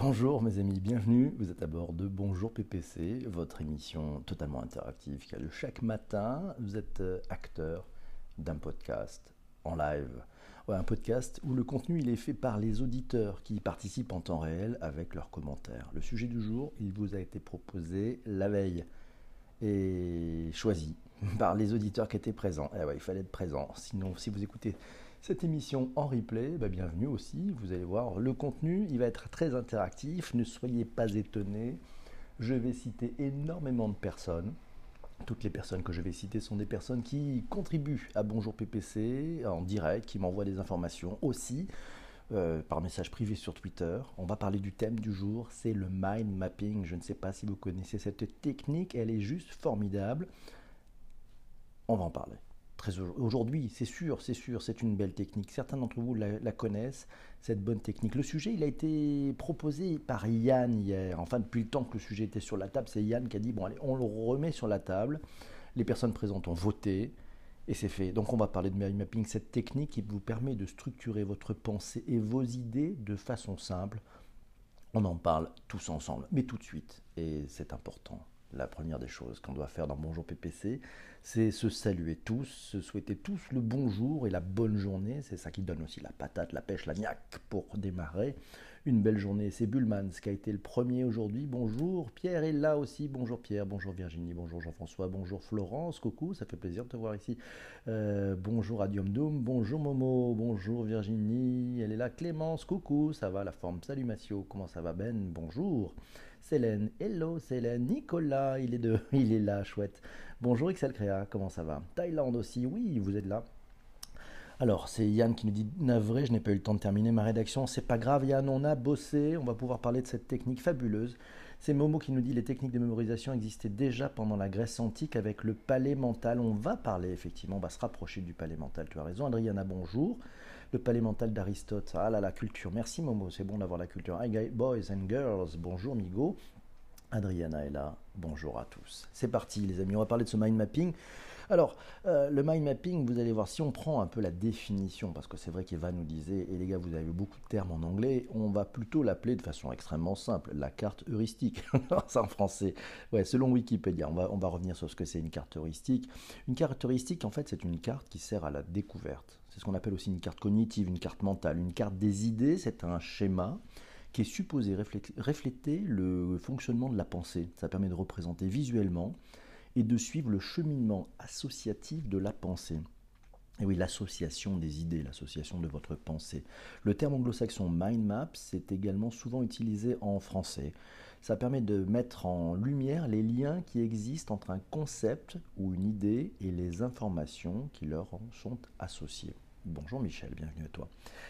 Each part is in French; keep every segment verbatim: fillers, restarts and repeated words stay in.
Bonjour mes amis, bienvenue, vous êtes à bord de Bonjour P P C, votre émission totalement interactive qui a lieu chaque matin. Vous êtes euh, acteur d'un podcast en live. Ouais, un podcast où le contenu il est fait par les auditeurs qui participent en temps réel avec leurs commentaires. Le sujet du jour, il vous a été proposé la veille et choisi par les auditeurs qui étaient présents. Eh ouais, il fallait être présent, sinon si vous écoutez cette émission en replay, bah bienvenue aussi, vous allez voir, le contenu il va être très interactif, ne soyez pas étonnés, je vais citer énormément de personnes. Toutes les personnes que je vais citer sont des personnes qui contribuent à Bonjour P P C en direct, qui m'envoient des informations aussi euh, par message privé sur Twitter. On va parler du thème du jour, c'est le mind mapping. Je ne sais pas si vous connaissez cette technique, elle est juste formidable. On va en parler. Très aujourd'hui, c'est sûr, c'est sûr, c'est une belle technique. Certains d'entre vous la, la connaissent, cette bonne technique. Le sujet, il a été proposé par Yann hier. Enfin, depuis le temps que le sujet était sur la table, c'est Yann qui a dit, bon allez, on le remet sur la table. Les personnes présentes ont voté et c'est fait. Donc on va parler de mind mapping, cette technique qui vous permet de structurer votre pensée et vos idées de façon simple. On en parle tous ensemble, mais tout de suite, et c'est important. La première des choses qu'on doit faire dans Bonjour P P C, c'est se saluer tous, se souhaiter tous le bonjour et la bonne journée. C'est ça qui donne aussi la patate, la pêche, la niaque pour démarrer une belle journée. C'est Bullmans qui a été le premier aujourd'hui. Bonjour, Pierre est là aussi. Bonjour Pierre, bonjour Virginie, bonjour Jean-François, bonjour Florence. Coucou, ça fait plaisir de te voir ici. Euh, bonjour Adium Doom, bonjour Momo, bonjour Virginie, elle est là. Clémence, coucou, ça va la forme. Salut Massio, comment ça va Ben? Bonjour. Célène, hello Célène, Nicolas, il est, de, il est là, chouette. Bonjour Excel Créa, comment ça va? Thaïlande aussi, oui, vous êtes là. Alors, c'est Yann qui nous dit navré, je n'ai pas eu le temps de terminer ma rédaction. C'est pas grave, Yann, on a bossé. On va pouvoir parler de cette technique fabuleuse. C'est Momo qui nous dit les techniques de mémorisation existaient déjà pendant la Grèce antique avec le palais mental. On va parler effectivement, on va se rapprocher du palais mental. Tu as raison, Adriana, bonjour. Le palais mental d'Aristote. Ah là, la culture. Merci Momo, c'est bon d'avoir la culture. Hi boys and girls, bonjour Migo. Adriana est là, bonjour à tous. C'est parti les amis, on va parler de ce mind mapping. Alors, euh, le mind mapping, vous allez voir, si on prend un peu la définition, parce que c'est vrai qu'Eva nous disait, et les gars, vous avez beaucoup de termes en anglais, on va plutôt l'appeler de façon extrêmement simple, la carte heuristique. C'est en français. Ouais, selon Wikipédia, on va, on va revenir sur ce que c'est une carte heuristique. Une carte heuristique, en fait, c'est une carte qui sert à la découverte. C'est ce qu'on appelle aussi une carte cognitive, une carte mentale. Une carte des idées, c'est un schéma qui est supposé refléter le fonctionnement de la pensée. Ça permet de représenter visuellement et de suivre le cheminement associatif de la pensée. Et oui, l'association des idées, l'association de votre pensée. Le terme anglo-saxon mind map, c'est également souvent utilisé en français. Ça permet de mettre en lumière les liens qui existent entre un concept ou une idée et les informations qui leur sont associées. Bonjour Michel, bienvenue à toi.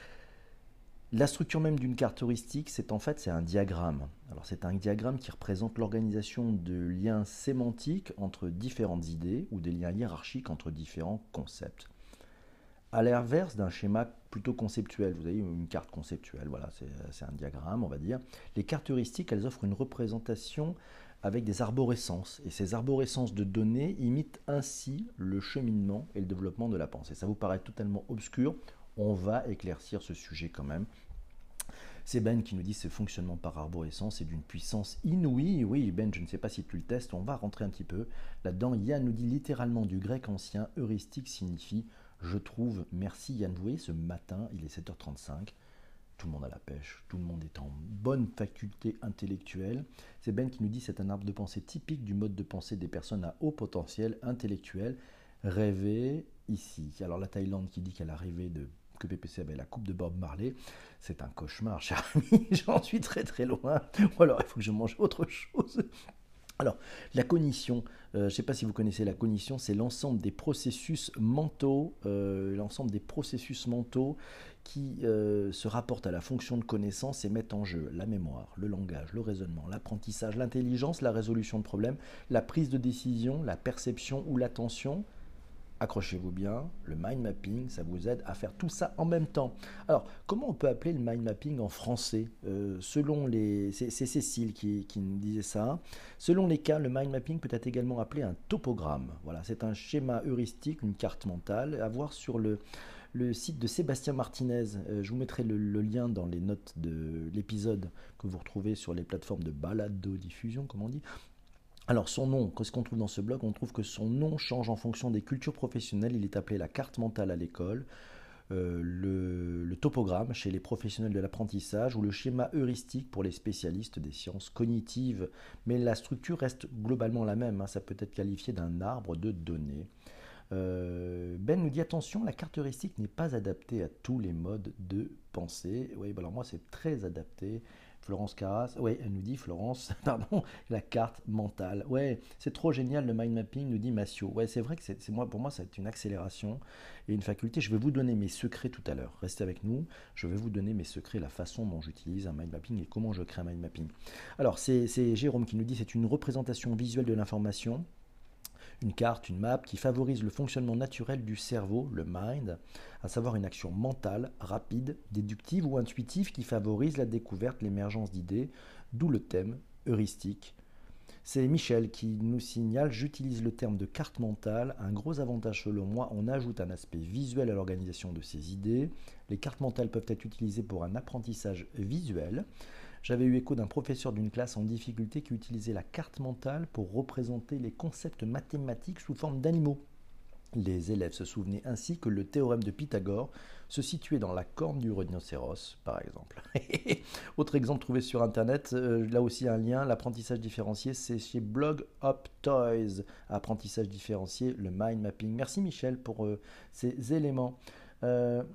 La structure même d'une carte heuristique, c'est en fait c'est un diagramme. Alors c'est un diagramme qui représente l'organisation de liens sémantiques entre différentes idées ou des liens hiérarchiques entre différents concepts. À l'inverse d'un schéma plutôt conceptuel, vous avez une carte conceptuelle, voilà, c'est, c'est un diagramme, on va dire. Les cartes heuristiques, elles offrent une représentation avec des arborescences. Et ces arborescences de données imitent ainsi le cheminement et le développement de la pensée. Ça vous paraît totalement obscur? On va éclaircir ce sujet quand même. C'est Ben qui nous dit ce fonctionnement par arborescence est d'une puissance inouïe. Oui, Ben, je ne sais pas si tu le testes, on va rentrer un petit peu là-dedans. Yann nous dit littéralement du grec ancien, heuristique signifie je trouve. Merci Yann. Vous voyez, ce matin, il est sept heures trente-cinq. Tout le monde a la pêche, tout le monde est en bonne faculté intellectuelle. C'est Ben qui nous dit c'est un arbre de pensée typique du mode de pensée des personnes à haut potentiel intellectuel. Rêver ici. Alors la Thaïlande qui dit qu'elle a rêvé de que P P C avait la coupe de Bob Marley, c'est un cauchemar, cher ami, j'en suis très très loin, ou alors il faut que je mange autre chose. Alors, la cognition, euh, je ne sais pas si vous connaissez la cognition, c'est l'ensemble des processus mentaux, euh, l'ensemble des processus mentaux qui euh, se rapportent à la fonction de connaissance et mettent en jeu la mémoire, le langage, le raisonnement, l'apprentissage, l'intelligence, la résolution de problèmes, la prise de décision, la perception ou l'attention. Accrochez-vous bien, le mind mapping, ça vous aide à faire tout ça en même temps. Alors, comment on peut appeler le mind mapping en français euh, selon les, c'est, c'est Cécile qui, qui nous disait ça. Selon les cas, le mind mapping peut être également appelé un topogramme. Voilà, c'est un schéma heuristique, une carte mentale, à voir sur le, le site de Sébastien Martinez. Euh, je vous mettrai le, le lien dans les notes de l'épisode que vous retrouvez sur les plateformes de balado-diffusion, comme on dit. Alors son nom, qu'est-ce qu'on trouve dans ce blog? On trouve que son nom change en fonction des cultures professionnelles. Il est appelé la carte mentale à l'école, euh, le, le topogramme chez les professionnels de l'apprentissage ou le schéma heuristique pour les spécialistes des sciences cognitives. Mais la structure reste globalement la même, hein. Ça peut être qualifié d'un arbre de données. Euh, Ben nous dit attention, la carte heuristique n'est pas adaptée à tous les modes de pensée. Oui, bah alors moi c'est très adapté. Florence Carras, oui, elle nous dit Florence, pardon, la carte mentale. Ouais, c'est trop génial le mind mapping, nous dit Massio. Ouais, c'est vrai que c'est, c'est moi, pour moi, c'est une accélération et une faculté. Je vais vous donner mes secrets tout à l'heure. Restez avec nous. Je vais vous donner mes secrets, la façon dont j'utilise un mind mapping et comment je crée un mind mapping. Alors, c'est, c'est Jérôme qui nous dit c'est une représentation visuelle de l'information. Une carte, une map qui favorise le fonctionnement naturel du cerveau, le mind, à savoir une action mentale, rapide, déductive ou intuitive qui favorise la découverte, l'émergence d'idées, d'où le thème heuristique. C'est Michel qui nous signale, j'utilise le terme de carte mentale, un gros avantage selon moi, on ajoute un aspect visuel à l'organisation de ces idées. Les cartes mentales peuvent être utilisées pour un apprentissage visuel. J'avais eu écho d'un professeur d'une classe en difficulté qui utilisait la carte mentale pour représenter les concepts mathématiques sous forme d'animaux. Les élèves se souvenaient ainsi que le théorème de Pythagore se situait dans la corne du rhinocéros, par exemple. Autre exemple trouvé sur Internet, euh, là aussi un lien, l'apprentissage différencié, c'est chez Blog Up Toys. Apprentissage différencié, le mind mapping. Merci Michel pour euh, ces éléments. Euh,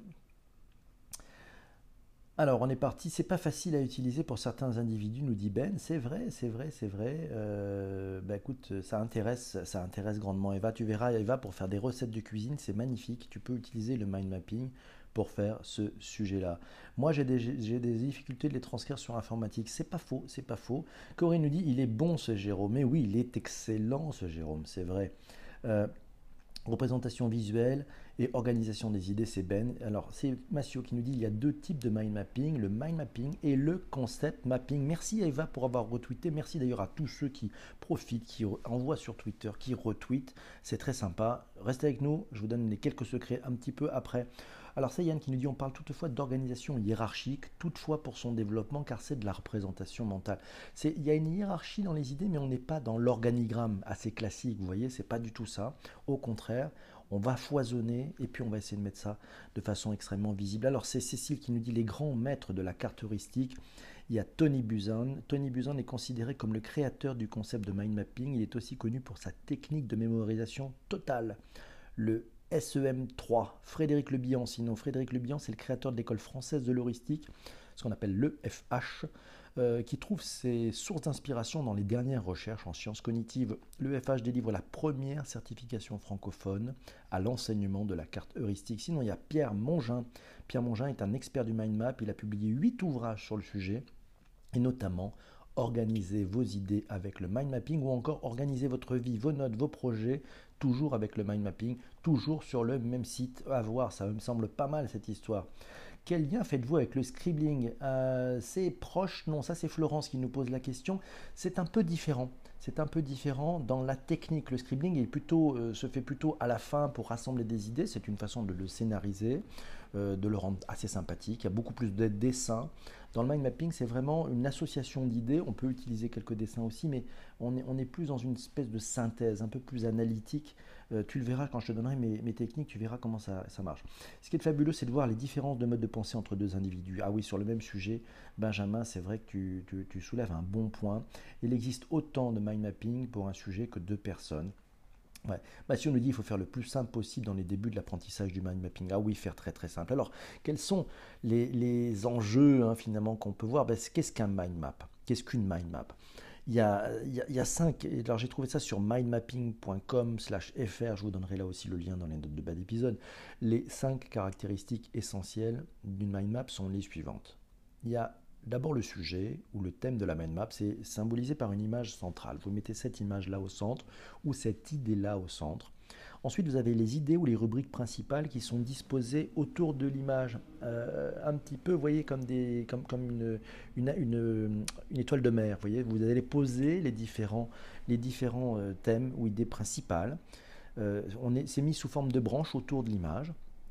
Alors, on est parti. C'est pas facile à utiliser pour certains individus, nous dit Ben. C'est vrai, c'est vrai, c'est vrai. Euh, bah écoute, ça intéresse, ça intéresse grandement Eva. Tu verras, Eva, pour faire des recettes de cuisine, c'est magnifique. Tu peux utiliser le mind mapping pour faire ce sujet-là. Moi, j'ai des, j'ai des difficultés de les transcrire sur informatique. C'est pas faux, c'est pas faux. Corinne nous dit, il est bon ce Jérôme. Mais oui, il est excellent ce Jérôme, c'est vrai. Euh, Représentation visuelle et organisation des idées, c'est Ben. Alors, c'est Massio qui nous dit il y a deux types de mind mapping, le mind mapping et le concept mapping. Merci Eva pour avoir retweeté. Merci d'ailleurs à tous ceux qui profitent, qui envoient sur Twitter, qui retweetent. C'est très sympa. Restez avec nous, je vous donne les quelques secrets un petit peu après. Alors, c'est Yann qui nous dit on parle toutefois d'organisation hiérarchique, toutefois pour son développement, car c'est de la représentation mentale. C'est, il y a une hiérarchie dans les idées, mais on n'est pas dans l'organigramme assez classique, vous voyez, c'est pas du tout ça. Au contraire, on va foisonner et puis on va essayer de mettre ça de façon extrêmement visible. Alors, c'est Cécile qui nous dit les grands maîtres de la carte heuristique. Il y a Tony Buzan. Tony Buzan est considéré comme le créateur du concept de mind mapping. Il est aussi connu pour sa technique de mémorisation totale. Le S E M trois, Frédéric Le Bihan. Sinon, Frédéric Le Bihan, c'est le créateur de l'école française de l'heuristique, ce qu'on appelle l'E F H, euh, qui trouve ses sources d'inspiration dans les dernières recherches en sciences cognitives. L'E F H délivre la première certification francophone à l'enseignement de la carte heuristique. Sinon, il y a Pierre Mongin. Pierre Mongin est un expert du mind map. Il a publié huit ouvrages sur le sujet, et notamment organiser vos idées avec le mind mapping ou encore organiser votre vie, vos notes, vos projets, toujours avec le mind mapping, toujours sur le même site. À voir, ça me semble pas mal cette histoire. Quel lien faites-vous avec le scribbling? euh, C'est proche? Non, ça c'est Florence qui nous pose la question. C'est un peu différent. C'est un peu différent dans la technique. Le scribbling est plutôt, euh, se fait plutôt à la fin pour rassembler des idées. C'est une façon de le scénariser, euh, de le rendre assez sympathique. Il y a beaucoup plus de dessins. Dans le mind mapping, c'est vraiment une association d'idées. On peut utiliser quelques dessins aussi, mais on est, on est plus dans une espèce de synthèse, un peu plus analytique. Euh, tu le verras quand je te donnerai mes, mes techniques, tu verras comment ça, ça marche. Ce qui est fabuleux, c'est de voir les différences de mode de pensée entre deux individus. Ah oui, sur le même sujet, Benjamin, c'est vrai que tu, tu, tu soulèves un bon point. Il existe autant de mind mapping pour un sujet que deux personnes. Ouais. Mathieu nous dit qu'il faut faire le plus simple possible dans les débuts de l'apprentissage du mind mapping. Ah oui, faire très très simple. Alors, quels sont les, les enjeux hein, finalement qu'on peut voir? Ben, qu'est-ce qu'un mind map? Qu'est-ce qu'une mind map? Il y, a, il, y a, il y a cinq, alors j'ai trouvé ça sur mindmapping point com slash f r, je vous donnerai là aussi le lien dans les notes de bas d'épisode. Les cinq caractéristiques essentielles d'une mind map sont les suivantes. Il y a d'abord le sujet ou le thème de la mind map, c'est symbolisé par une image centrale. Vous mettez cette image-là au centre ou cette idée-là au centre. Ensuite, vous avez les idées ou les rubriques principales qui sont disposées autour de l'image. Euh, un petit peu, vous voyez, comme, des, comme, comme une, une, une, une étoile de mer. Vous voyez, vous allez poser les différents, les différents euh, thèmes ou idées principales. Euh, on est, c'est mis sous forme de branches autour de l'image.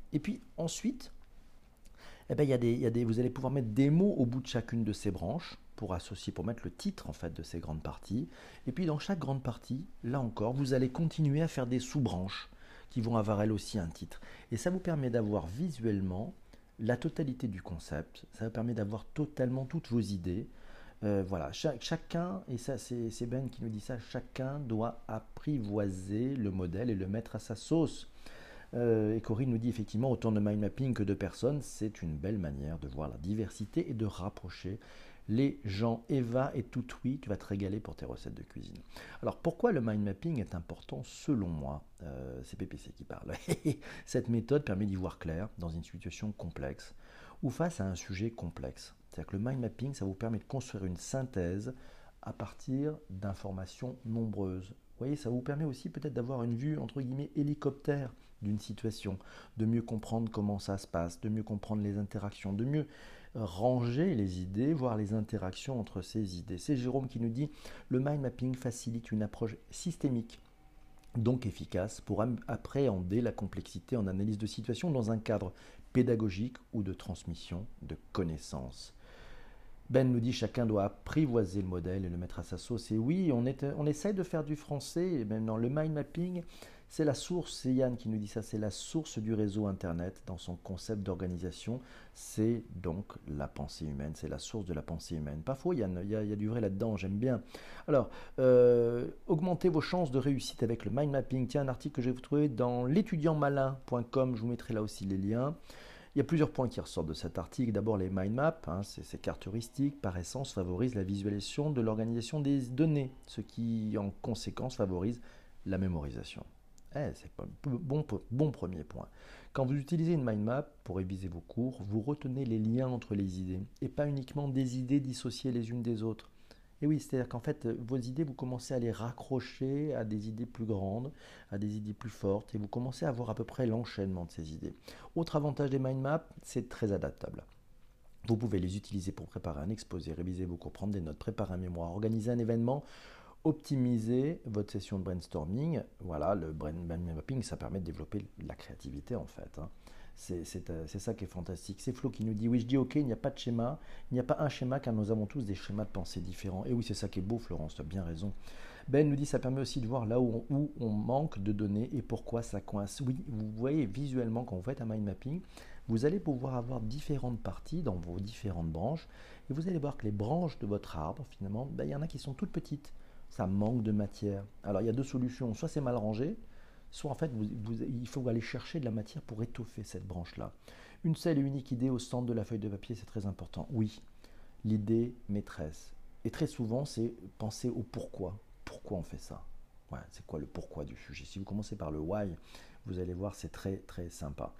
Et puis ensuite, eh ben, il y a des, il y a des, vous allez pouvoir mettre des mots au bout de chacune de ces branches pour associer, pour mettre le titre en fait de ces grandes parties. Et puis dans chaque grande partie, là encore, vous allez continuer à faire des sous-branches qui vont avoir elles aussi un titre. Et ça vous permet d'avoir visuellement la totalité du concept. Ça vous permet d'avoir totalement toutes vos idées. Euh, voilà, Cha- chacun, et ça c'est c'est Ben qui nous dit ça, chacun doit apprivoiser le modèle et le mettre à sa sauce. Euh, et Corinne nous dit effectivement autant de mind mapping que de personnes, c'est une belle manière de voir la diversité et de rapprocher les gens. Eva et tout oui, tu vas te régaler pour tes recettes de cuisine. Alors pourquoi le mind mapping est important selon moi? Euh, C'est P P C qui parle. Cette méthode permet d'y voir clair dans une situation complexe ou face à un sujet complexe. C'est-à-dire que le mind mapping, ça vous permet de construire une synthèse à partir d'informations nombreuses. Vous voyez, ça vous permet aussi peut-être d'avoir une vue, entre guillemets, hélicoptère d'une situation, de mieux comprendre comment ça se passe, de mieux comprendre les interactions, de mieux ranger les idées, voir les interactions entre ces idées. C'est Jérôme qui nous dit « Le mind mapping facilite une approche systémique, donc efficace, pour appréhender la complexité en analyse de situation dans un cadre pédagogique ou de transmission de connaissances. » Ben nous dit chacun doit apprivoiser le modèle et le mettre à sa sauce. Et oui, on, est, on essaye de faire du français. Et même dans le mind mapping, c'est la source, c'est Yann qui nous dit ça, c'est la source du réseau Internet dans son concept d'organisation. C'est donc la pensée humaine, c'est la source de la pensée humaine. Pas faux Yann, il y a, il y a du vrai là-dedans, j'aime bien. Alors, euh, augmentez vos chances de réussite avec le mind mapping. Tiens, un article que je vais vous trouver dans l'étudiant malin point com, je vous mettrai là aussi les liens. Il y a plusieurs points qui ressortent de cet article. D'abord, les mind maps, hein, ces, ces cartes heuristiques, par essence, favorisent la visualisation de l'organisation des données, ce qui, en conséquence, favorise la mémorisation. Eh, c'est un bon, bon premier point. Quand vous utilisez une mind map pour réviser vos cours, vous retenez les liens entre les idées, et pas uniquement des idées dissociées les unes des autres. Et oui, c'est-à-dire qu'en fait, vos idées, vous commencez à les raccrocher à des idées plus grandes, à des idées plus fortes, et vous commencez à voir à peu près l'enchaînement de ces idées. Autre avantage des mind maps, c'est très adaptable. Vous pouvez les utiliser pour préparer un exposé, réviser vos cours, prendre des notes, préparer un mémoire, organiser un événement, optimiser votre session de brainstorming. Voilà, le brain mapping, ça permet de développer la créativité en fait. Hein. C'est ça qui est fantastique. C'est Flo qui nous dit, oui, je dis ok, il n'y a pas de schéma, il n'y a pas un schéma car nous avons tous des schémas de pensée différents. Et oui, c'est ça qui est beau, Florence, tu as bien raison. Ben nous dit, ça permet aussi de voir là où on, où on manque de données et pourquoi ça coince. Oui, vous voyez visuellement quand vous faites un mind mapping, vous allez pouvoir avoir différentes parties dans vos différentes branches et vous allez voir que les branches de votre arbre, finalement, ben, il y en a qui sont toutes petites. Ça manque de matière. Alors il y a deux solutions, soit c'est mal rangé, soit en fait vous, vous, il faut aller chercher de la matière pour étoffer cette branche-là. Une seule et unique idée au centre de la feuille de papier, c'est très important. Oui, l'idée maîtresse. Et très souvent, c'est penser au pourquoi. Pourquoi on fait ça? Ouais, c'est quoi le pourquoi du sujet? Si vous commencez par le why, vous allez voir, c'est très très sympa.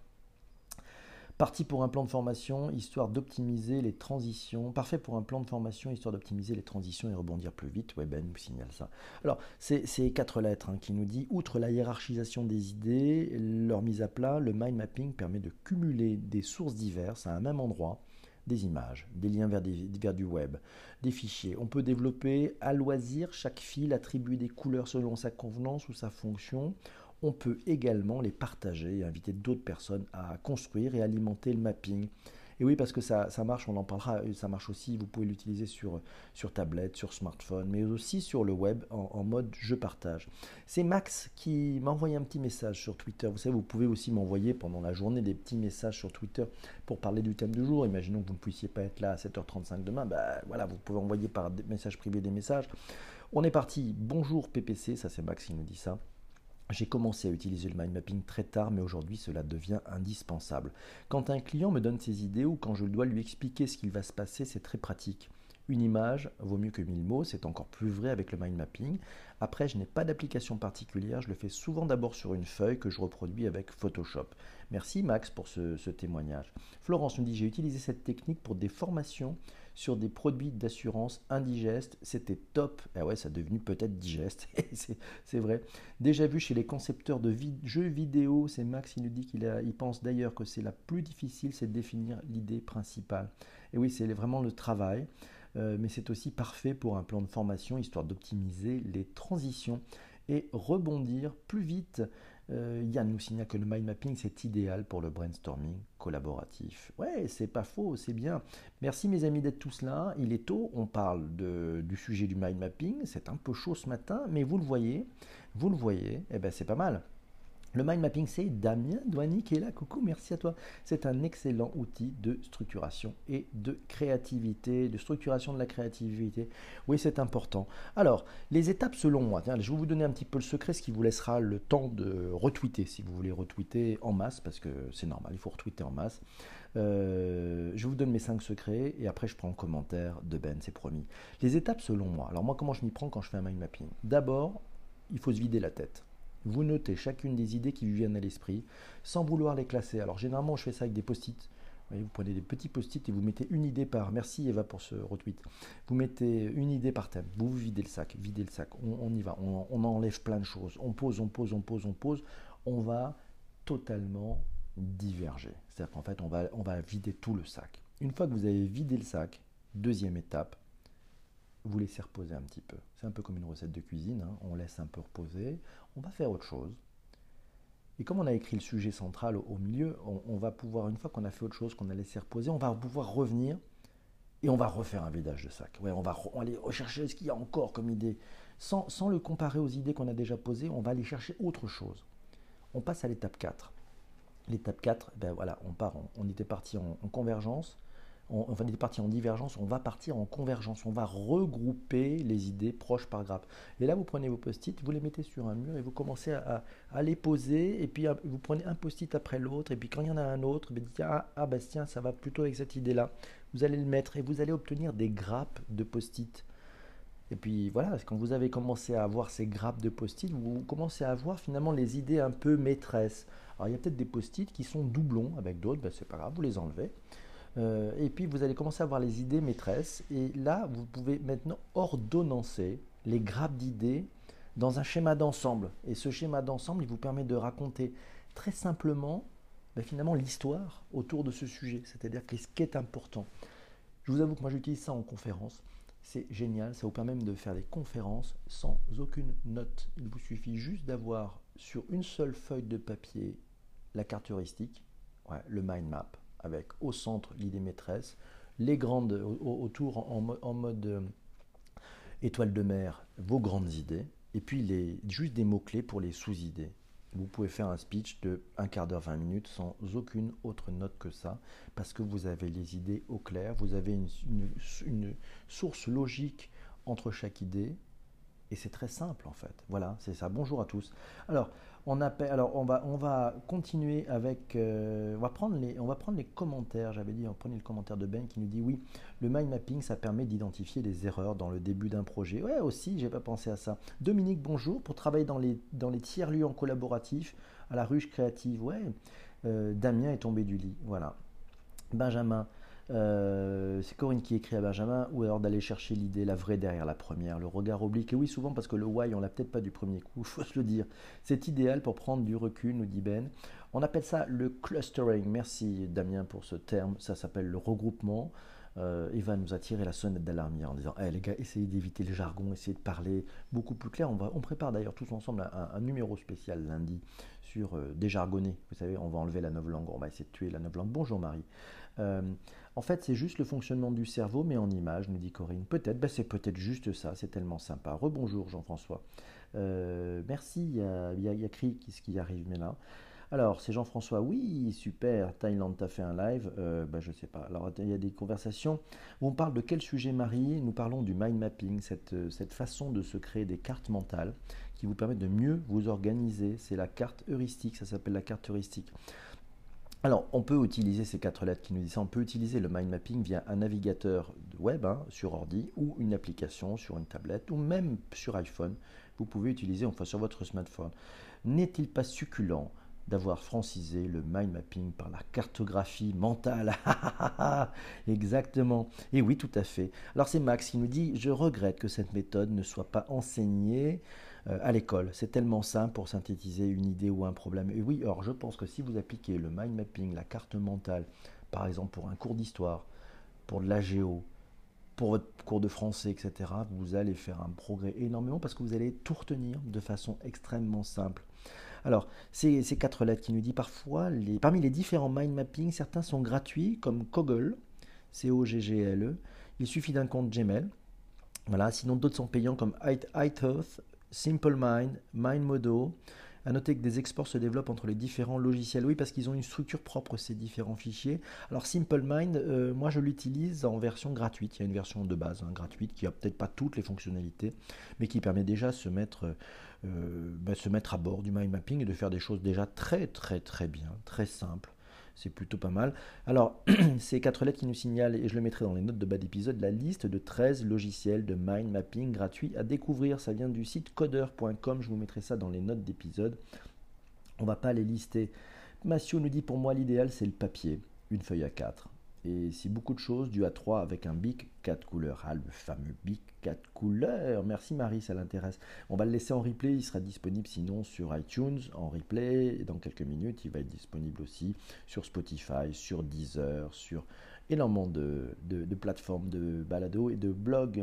Parti pour un plan de formation, histoire d'optimiser les transitions. Parfait pour un plan de formation, histoire d'optimiser les transitions et rebondir plus vite. Ouais, Ben nous signale ça. Alors, c'est quatre lettres hein, qui nous dit, outre la hiérarchisation des idées, leur mise à plat, le mind mapping permet de cumuler des sources diverses à un même endroit, des images, des liens vers, des, vers du web, des fichiers. On peut développer à loisir chaque fil, attribuer des couleurs selon sa convenance ou sa fonction. On peut également les partager et inviter d'autres personnes à construire et alimenter le mapping. Et oui, parce que ça, ça marche, on en parlera, ça marche aussi, vous pouvez l'utiliser sur, sur tablette, sur smartphone, mais aussi sur le web en, en mode je partage. C'est Max qui m'a envoyé un petit message sur Twitter. Vous savez, vous pouvez aussi m'envoyer pendant la journée des petits messages sur Twitter pour parler du thème du jour. Imaginons que vous ne puissiez pas être là à sept heures trente-cinq demain, ben voilà, vous pouvez envoyer par message privé des messages. On est parti, bonjour P P C, ça c'est Max qui nous dit ça. J'ai commencé à utiliser le mind mapping très tard, mais aujourd'hui cela devient indispensable. Quand un client me donne ses idées ou quand je dois lui expliquer ce qu'il va se passer, c'est très pratique. Une image vaut mieux que mille mots, c'est encore plus vrai avec le mind mapping. Après, je n'ai pas d'application particulière, je le fais souvent d'abord sur une feuille que je reproduis avec Photoshop. Merci Max pour ce, ce témoignage. Florence nous dit, j'ai utilisé cette technique pour des formations sur des produits d'assurance indigestes, c'était top. Ah ouais, ça est devenu peut-être digeste, c'est vrai. Déjà vu chez les concepteurs de vid jeux vidéo, c'est Max qui nous dit qu'il il pense d'ailleurs que c'est la plus difficile, c'est de définir l'idée principale. Et oui, c'est vraiment le travail, euh, mais c'est aussi parfait pour un plan de formation, histoire d'optimiser les transitions et rebondir plus vite. Euh, Yann nous signale que le mind mapping, c'est idéal pour le brainstorming collaboratif. Ouais, c'est pas faux, c'est bien. Merci mes amis d'être tous là. Il est tôt, on parle de, du sujet du mind mapping. C'est un peu chaud ce matin, mais vous le voyez, vous le voyez, eh ben c'est pas mal. Le mind mapping, c'est Damien Douani qui est là. Coucou, merci à toi. C'est un excellent outil de structuration et de créativité, de structuration de la créativité. Oui, c'est important. Alors, les étapes selon moi. Tiens, je vais vous donner un petit peu le secret, ce qui vous laissera le temps de retweeter, si vous voulez retweeter en masse, parce que c'est normal, il faut retweeter en masse. Euh, je vous donne mes cinq secrets et après je prends en commentaire de Ben, c'est promis. Les étapes selon moi. Alors moi, comment je m'y prends quand je fais un mind mapping? D'abord, il faut se vider la tête. Vous notez chacune des idées qui vous viennent à l'esprit sans vouloir les classer. Alors généralement, je fais ça avec des post-it. Vous, voyez, vous prenez des petits post-it et vous mettez une idée par... Merci Eva pour ce retweet. Vous mettez une idée par thème. Vous, vous videz le sac, videz le sac. On, on y va. On, on enlève plein de choses. On pose, on pose, on pose, on pose. On va totalement diverger. C'est-à-dire qu'en fait, on va, on va vider tout le sac. Une fois que vous avez vidé le sac, deuxième étape, vous laissez reposer un petit peu. C'est un peu comme une recette de cuisine, hein. On laisse un peu reposer, on va faire autre chose. Et comme on a écrit le sujet central au, au milieu, on, on va pouvoir, une fois qu'on a fait autre chose, qu'on a laissé reposer, on va pouvoir revenir et on va refaire un vidage de sac. Ouais, on va on va aller rechercher ce qu'il y a encore comme idée. Sans, sans le comparer aux idées qu'on a déjà posées, on va aller chercher autre chose. On passe à l'étape quatre. L'étape quatre, ben voilà, on part, en, on était parti en, en convergence. On, enfin, on est parti en divergence, on va partir en convergence, on va regrouper les idées proches par grappe. Et là, vous prenez vos post-it, vous les mettez sur un mur et vous commencez à, à les poser, et puis à, vous prenez un post-it après l'autre, et puis quand il y en a un autre, vous dites ah, ah bah tiens, ça va plutôt avec cette idée-là. Vous allez le mettre et vous allez obtenir des grappes de post-it. Et puis voilà, quand vous avez commencé à avoir ces grappes de post-it, vous commencez à avoir finalement les idées un peu maîtresses. Alors il y a peut-être des post-it qui sont doublons avec d'autres, ben, c'est pas grave, vous les enlevez. Euh, et puis vous allez commencer à avoir les idées maîtresses. Et là, vous pouvez maintenant ordonnancer les grappes d'idées dans un schéma d'ensemble. Et ce schéma d'ensemble, il vous permet de raconter très simplement, ben, finalement, l'histoire autour de ce sujet. C'est-à-dire ce qui est important. Je vous avoue que moi, j'utilise ça en conférence. C'est génial. Ça vous permet même de faire des conférences sans aucune note. Il vous suffit juste d'avoir sur une seule feuille de papier la carte heuristique, ouais, le mind map, avec au centre l'idée maîtresse, les grandes au, autour en, en mode euh, étoile de mer, vos grandes idées, et puis les, juste des mots-clés pour les sous-idées. Vous pouvez faire un speech de un quart d'heure, vingt minutes sans aucune autre note que ça, parce que vous avez les idées au clair, vous avez une, une, une source logique entre chaque idée, et c'est très simple en fait. Voilà, c'est ça. Bonjour à tous. Alors, on, appelle, alors on, va, on va continuer avec... Euh, on, va prendre les, on va prendre les commentaires. J'avais dit, on prenait le commentaire de Ben qui nous dit oui, le mind mapping, ça permet d'identifier les erreurs dans le début d'un projet. Ouais, aussi, j'ai pas pensé à ça. Dominique, bonjour. Pour travailler dans les, dans les tiers-lieux en collaboratif, à la ruche créative. Ouais, euh, Damien est tombé du lit. Voilà. Benjamin. Euh, c'est Corinne qui écrit à Benjamin, ou alors d'aller chercher l'idée, la vraie derrière la première, le regard oblique. Et oui, souvent parce que le why, on l'a peut-être pas du premier coup, il faut se le dire. C'est idéal pour prendre du recul, nous dit Ben. On appelle ça le clustering. Merci Damien pour ce terme. Ça s'appelle le regroupement. Euh, Eva nous a tiré la sonnette d'alarme hier en disant hey, les gars, essayez d'éviter le jargon, essayez de parler beaucoup plus clair. On, va, on prépare d'ailleurs tous ensemble un, un numéro spécial lundi sur euh, déjargonner. Vous savez, on va enlever la novlangue, on va essayer de tuer la novlangue. Bonjour Marie. Euh, en fait, c'est juste le fonctionnement du cerveau, mais en image, nous dit Corinne. Peut-être, ben c'est peut-être juste ça, c'est tellement sympa. Rebonjour Jean-François. Euh, merci, il y a, il y a, il y a Cri qui, qui arrive, mais là. Alors, c'est Jean-François, oui, super, Thaïlande, t'as fait un live, euh, ben, je sais pas. Alors, il y a des conversations. On parle de quel sujet, Marie? Nous parlons du mind mapping, cette, cette façon de se créer des cartes mentales qui vous permettent de mieux vous organiser. C'est la carte heuristique, ça s'appelle la carte heuristique. Alors, on peut utiliser ces quatre lettres qui nous disent ça. On peut utiliser le mind mapping via un navigateur web hein, sur ordi ou une application sur une tablette ou même sur iPhone. Vous pouvez utiliser enfin sur votre smartphone. N'est-il pas succulent d'avoir francisé le mind mapping par la cartographie mentale? Exactement. Et oui, tout à fait. Alors c'est Max qui nous dit « Je regrette que cette méthode ne soit pas enseignée euh, à l'école. C'est tellement simple pour synthétiser une idée ou un problème. » Et oui, alors je pense que si vous appliquez le mind mapping, la carte mentale, par exemple pour un cours d'histoire, pour de la géo, pour votre cours de français, et cetera, vous allez faire un progrès énormément parce que vous allez tout retenir de façon extrêmement simple. Alors, ces, ces quatre lettres qui nous dit parfois, les, parmi les différents mind mapping, certains sont gratuits, comme Coggle, C O G G L E. Il suffit d'un compte Gmail. Voilà, sinon d'autres sont payants comme iTeeth, Simple Mind, MindModo. À noter que des exports se développent entre les différents logiciels. Oui, parce qu'ils ont une structure propre, ces différents fichiers. Alors, Simple Mind, euh, moi je l'utilise en version gratuite. Il y a une version de base hein, gratuite qui n'a peut-être pas toutes les fonctionnalités, mais qui permet déjà de se mettre, euh, bah, se mettre à bord du mind mapping et de faire des choses déjà très très très bien, très simples. C'est plutôt pas mal. Alors, ces quatre lettres qui nous signalent, et je le mettrai dans les notes de bas d'épisode, la liste de treize logiciels de mind mapping gratuits à découvrir. Ça vient du site coder point com, je vous mettrai ça dans les notes d'épisode. On ne va pas les lister. Massio nous dit, pour moi, l'idéal, c'est le papier, une feuille à quatre. Et si beaucoup de choses, du A trois avec un bic quatre couleurs. Ah, le fameux bic quatre couleurs. Merci Marie, ça l'intéresse. On va le laisser en replay, il sera disponible sinon sur iTunes en replay. Et dans quelques minutes, il va être disponible aussi sur Spotify, sur Deezer, sur énormément de, de, de plateformes de balado et de blogs,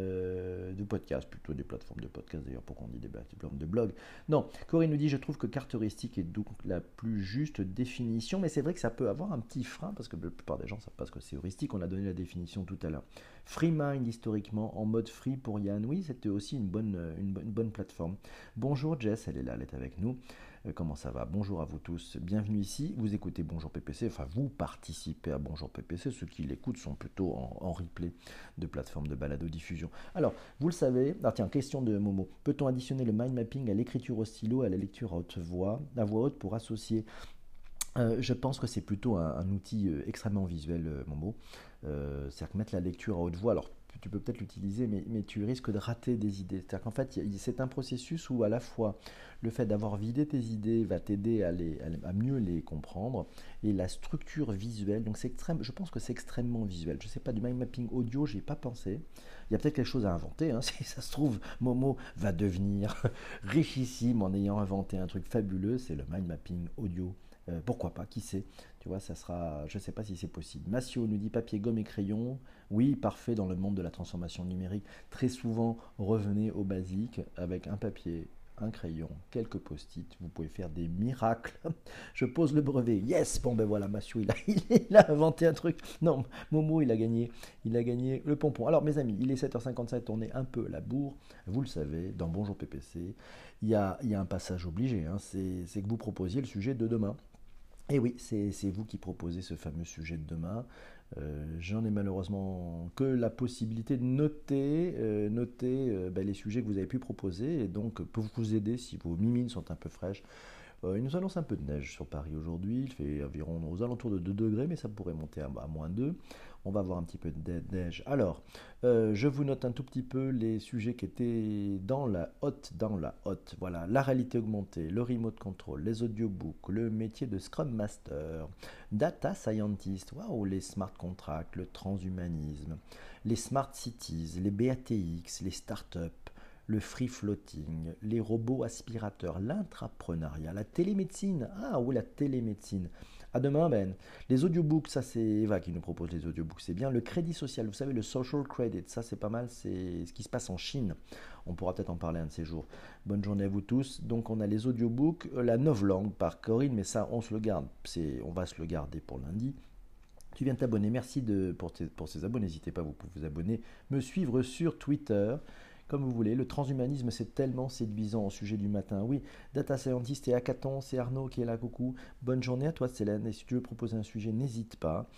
euh, de podcasts, plutôt des plateformes de podcasts d'ailleurs, pourquoi on dit des plateformes de blogs. Non, Corinne nous dit, je trouve que carte heuristique est donc la plus juste définition, mais c'est vrai que ça peut avoir un petit frein, parce que la plupart des gens ne savent pas ce que c'est heuristique, on a donné la définition tout à l'heure. FreeMind, historiquement, en mode free pour Yann, oui, c'était aussi une bonne, une, une bonne plateforme. Bonjour Jess, elle est là, elle est avec nous. Euh, comment ça va? Bonjour à vous tous, bienvenue ici, vous écoutez Bonjour P P C, enfin vous participez à Bonjour P P C, ceux qui l'écoutent sont plutôt en, en replay de plateformes de balado-diffusion. Alors, vous le savez, ah tiens, question de Momo, peut-on additionner le mind mapping à l'écriture au stylo, à la lecture à haute voix, à voix haute pour associer? Euh, je pense que c'est plutôt un, un outil euh, extrêmement visuel, euh, Momo. Euh, c'est-à-dire que mettre la lecture à haute voix, alors tu peux peut-être l'utiliser, mais, mais tu risques de rater des idées. C'est-à-dire qu'en fait, y a, c'est un processus où à la fois le fait d'avoir vidé tes idées va t'aider à, les, à, à mieux les comprendre, et la structure visuelle, donc c'est extrême, je pense que c'est extrêmement visuel. Je ne sais pas, du mind mapping audio, j'y ai pas pensé. Il y a peut-être quelque chose à inventer, hein. Si ça se trouve, Momo va devenir richissime en ayant inventé un truc fabuleux, c'est le mind mapping audio. Euh, pourquoi pas, qui sait? Tu vois, ça sera, je ne sais pas si c'est possible. Massio nous dit papier, gomme et crayon. Oui, parfait dans le monde de la transformation numérique. Très souvent, revenez au basique avec un papier, un crayon, quelques post-it. Vous pouvez faire des miracles. Je pose le brevet. Yes. Bon ben voilà, Massio, il a, il a inventé un truc. Non, Momo, il a gagné, il a gagné le pompon. Alors mes amis, il est sept heures cinquante-sept, on est un peu à la bourre. Vous le savez, dans Bonjour P P C, il y a, il y a un passage obligé. Hein. C'est, c'est que vous proposiez le sujet de demain. Et oui, c'est, c'est vous qui proposez ce fameux sujet de demain. Euh, j'en ai malheureusement que la possibilité de noter, euh, noter euh, ben, les sujets que vous avez pu proposer, et donc pour vous aider si vos mimines sont un peu fraîches. Euh, il nous annonce un peu de neige sur Paris aujourd'hui, il fait environ aux alentours de deux degrés, mais ça pourrait monter à, à moins deux. On va avoir un petit peu de neige. Alors, euh, je vous note un tout petit peu les sujets qui étaient dans la hotte, dans la hotte. Voilà, la réalité augmentée, le remote control, les audiobooks, le métier de Scrum Master, Data Scientist, waouh, les smart contracts, le transhumanisme, les smart cities, les B A T X, les startups, le free floating, les robots aspirateurs, l'intrapreneuriat, la télémédecine. Ah oui, la télémédecine. À demain, Ben. Les audiobooks, ça c'est Eva qui nous propose les audiobooks, c'est bien. Le crédit social, vous savez, le social credit, ça c'est pas mal, c'est ce qui se passe en Chine. On pourra peut-être en parler un de ces jours. Bonne journée à vous tous. Donc on a les audiobooks, la novlangue par Corinne, mais ça on se le garde, c'est, on va se le garder pour lundi. Tu viens de t'abonner, merci de, pour, tes, pour ces abonnés, n'hésitez pas, vous pouvez vous abonner, me suivre sur Twitter. Comme vous voulez, le transhumanisme c'est tellement séduisant au sujet du matin. Oui, Data Scientist et Hackathon, c'est Arnaud qui est là, coucou. Bonne journée à toi Célène, et si tu veux proposer un sujet, n'hésite pas.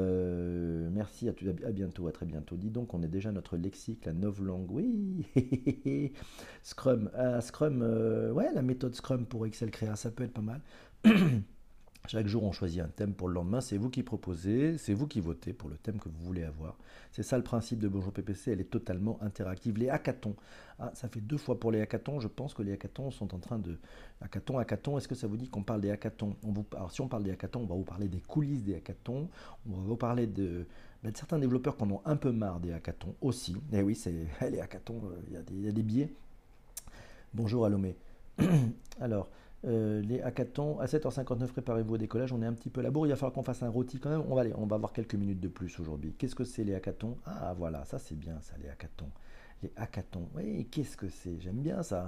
Euh, merci, à, à bientôt, à très bientôt. Dis donc, on est déjà notre lexique, la novlangue, oui. Scrum, ah, Scrum, euh, ouais, la méthode Scrum pour Excel Créa, ça peut être pas mal. Chaque jour, on choisit un thème pour le lendemain. C'est vous qui proposez, c'est vous qui votez pour le thème que vous voulez avoir. C'est ça le principe de Bonjour P P C, elle est totalement interactive. Les hackathons, ah, ça fait deux fois pour les hackathons. Je pense que les hackathons sont en train de... Hackathon, hackathon, est-ce que ça vous dit qu'on parle des hackathons? on vous... Alors si on parle des hackathons, on va vous parler des coulisses des hackathons. On va vous parler de, ben, de certains développeurs qui en ont un peu marre des hackathons aussi. Et oui, c'est les hackathons, il euh, y, y a des biais. Bonjour à Lomé. Alors... Euh, les hackathons, à sept heures cinquante-neuf, préparez-vous au décollage, on est un petit peu à la bourre, il va falloir qu'on fasse un rôti quand même, on va, aller, on va avoir quelques minutes de plus aujourd'hui. Qu'est-ce que c'est les hackathons? Ah voilà, ça c'est bien ça, les hackathons. Les hackathons, oui, qu'est-ce que c'est? J'aime bien ça.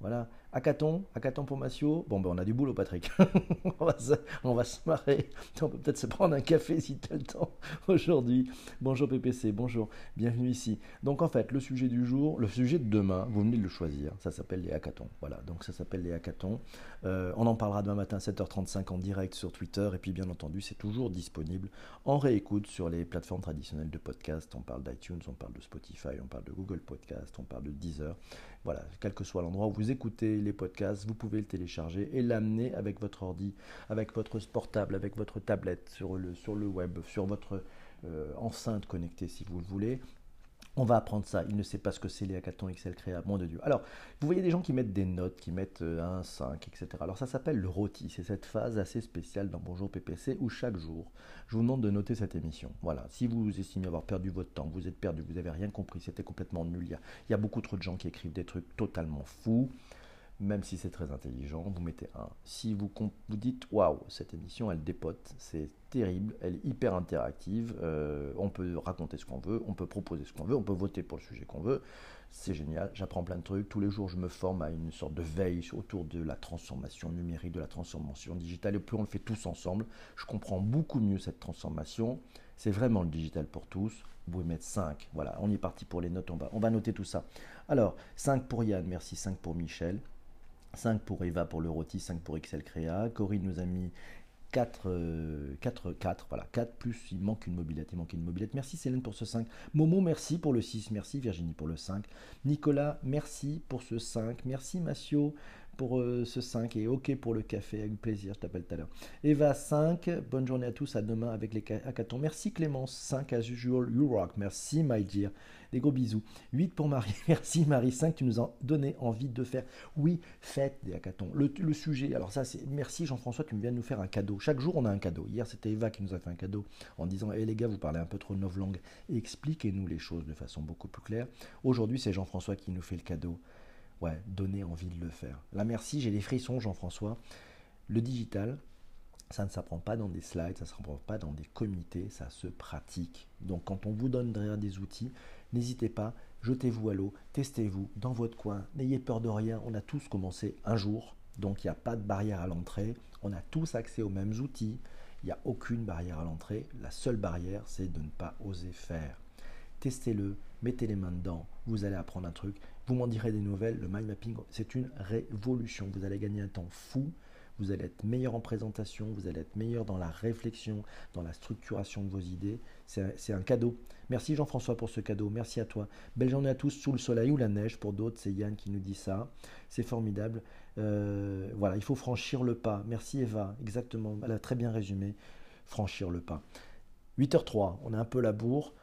Voilà. Hackathon, hackathon pour Massio. Bon, ben on a du boulot, Patrick. on, va se, on va se marrer. On peut peut-être se prendre un café si tu as le temps aujourd'hui. Bonjour P P C, bonjour. Bienvenue ici. Donc en fait, le sujet du jour, le sujet de demain, vous venez de le choisir. Ça s'appelle les hackathons. Voilà, donc ça s'appelle les hackathons. Euh, on en parlera demain matin, sept heures trente-cinq en direct sur Twitter. Et puis bien entendu, c'est toujours disponible en réécoute sur les plateformes traditionnelles de podcast. On parle d'iTunes, on parle de Spotify, on parle de Google Podcast, on parle de Deezer. Voilà, quel que soit l'endroit où vous écoutez les podcasts, vous pouvez le télécharger et l'amener avec votre ordi, avec votre portable, avec votre tablette, sur le, sur le web, sur votre euh, enceinte connectée si vous le voulez. On va apprendre ça. Il ne sait pas ce que c'est les hackathons Excel Créa, mon de Dieu. Alors, vous voyez des gens qui mettent des notes, qui mettent un, cinq, et cetera. Alors ça s'appelle le rôti. C'est cette phase assez spéciale dans Bonjour P P C où chaque jour, je vous demande de noter cette émission. Voilà. Si vous estimez avoir perdu votre temps, vous êtes perdu, vous n'avez rien compris, c'était complètement nul. Il y, a, il y a beaucoup trop de gens qui écrivent des trucs totalement fous. Même si c'est très intelligent, vous mettez un. Si vous, vous dites, waouh, cette émission, elle dépote, c'est terrible, elle est hyper interactive, euh, on peut raconter ce qu'on veut, on peut proposer ce qu'on veut, on peut voter pour le sujet qu'on veut, c'est génial, j'apprends plein de trucs, tous les jours je me forme à une sorte de veille autour de la transformation numérique, de la transformation digitale, et plus on le fait tous ensemble, je comprends beaucoup mieux cette transformation, c'est vraiment le digital pour tous. Vous pouvez mettre cinq, voilà, on est parti pour les notes, on va, on va noter tout ça. Alors, cinq pour Yann, merci, cinq pour Michel. cinq pour Eva pour le rôti, cinq pour Excel Créa. Corinne nous a mis quatre, euh, quatre, quatre, voilà, quatre plus, il manque une mobilette, il manque une mobilette. Merci Célène pour ce cinq. Momo, merci pour le six, merci Virginie pour le cinq. Nicolas, merci pour ce cinq. Merci Massio pour euh, ce cinq et ok pour le café, avec plaisir, je t'appelle tout à l'heure. Eva, cinq, bonne journée à tous, à demain avec les hackathons. Merci Clémence, cinq as usual, you rock, merci my dear. Des gros bisous. huit pour Marie. Merci Marie. cinq, tu nous as donné envie de faire. Oui, faites des hackathons. Le, le sujet, alors ça, c'est merci Jean-François, tu me viens de nous faire un cadeau. Chaque jour, on a un cadeau. Hier, c'était Eva qui nous a fait un cadeau en disant hé les gars, vous parlez un peu trop de novlangue. Expliquez-nous les choses de façon beaucoup plus claire. Aujourd'hui, c'est Jean-François qui nous fait le cadeau. Ouais, donnez envie de le faire. Là, merci, j'ai des frissons, Jean-François. Le digital, ça ne s'apprend pas dans des slides, ça ne s'apprend pas dans des comités, ça se pratique. Donc, quand on vous donne derrière des outils, n'hésitez pas, jetez-vous à l'eau, testez-vous dans votre coin, n'ayez peur de rien, on a tous commencé un jour, donc il n'y a pas de barrière à l'entrée, on a tous accès aux mêmes outils, il n'y a aucune barrière à l'entrée, la seule barrière c'est de ne pas oser faire. Testez-le, mettez les mains dedans, vous allez apprendre un truc, vous m'en direz des nouvelles, le mind mapping c'est une révolution, vous allez gagner un temps fou, vous allez être meilleur en présentation, vous allez être meilleur dans la réflexion, dans la structuration de vos idées. C'est un cadeau. Merci Jean-François pour ce cadeau, merci à toi. Belle journée à tous sous le soleil ou la neige, pour d'autres, c'est Yann qui nous dit ça. C'est formidable. Euh, voilà, il faut franchir le pas. Merci Eva, exactement, elle a très bien résumé. Franchir le pas. huit heures trois, on a un peu la bourre.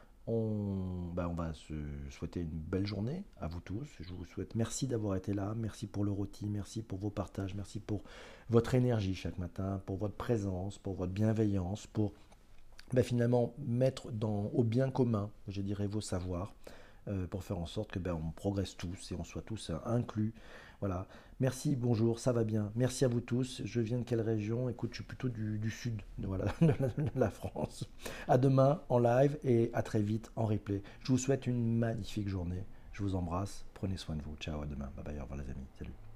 On, ben on va se souhaiter une belle journée à vous tous. Je vous souhaite merci d'avoir été là. Merci pour le rôti, merci pour vos partages, merci pour votre énergie chaque matin, pour votre présence, pour votre bienveillance, pour ben finalement mettre dans, au bien commun, je dirais, vos savoirs, euh, pour faire en sorte que ben on progresse tous et on soit tous euh, inclus. Voilà. Merci, bonjour, ça va bien. Merci à vous tous. Je viens de quelle région? Écoute, je suis plutôt du, du sud voilà, de, la, de la France. À demain en live et à très vite en replay. Je vous souhaite une magnifique journée. Je vous embrasse. Prenez soin de vous. Ciao, à demain. Bye bye, au revoir les amis. Salut.